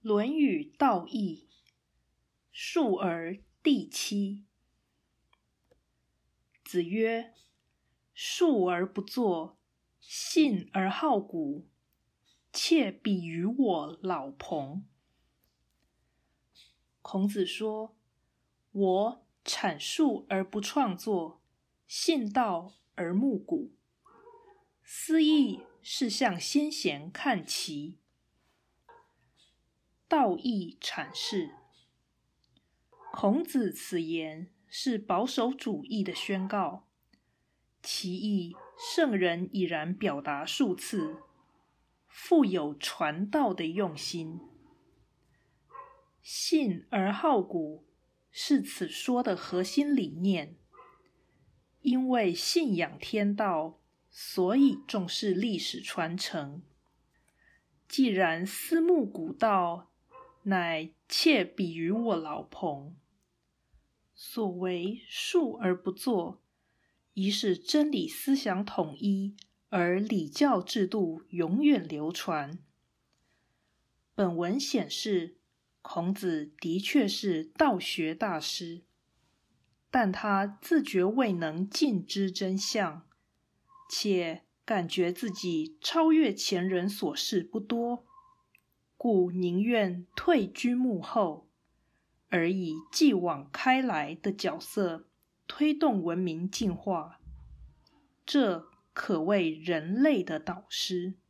论语道义，述而第七。子曰：述而不作，信而好古，窃比于我老彭。孔子说，我阐述而不创作，信道而慕古，思义是向先贤看齐。道义阐释，孔子此言是保守主义的宣告，其意圣人已然表达数次，富有传道的用心。信而好古是此说的核心理念，因为信仰天道，所以重视历史传承。既然思慕古道，乃窃比于我老彭。所谓述而不作，以使真理思想统一，而礼教制度永远流传。本文显示，孔子的确是道学大师，但他自觉未能尽知真相，且感觉自己超越前人所示不多，故宁愿退居幕后，而以继往开来的角色推动文明进化。这可谓人类的导师。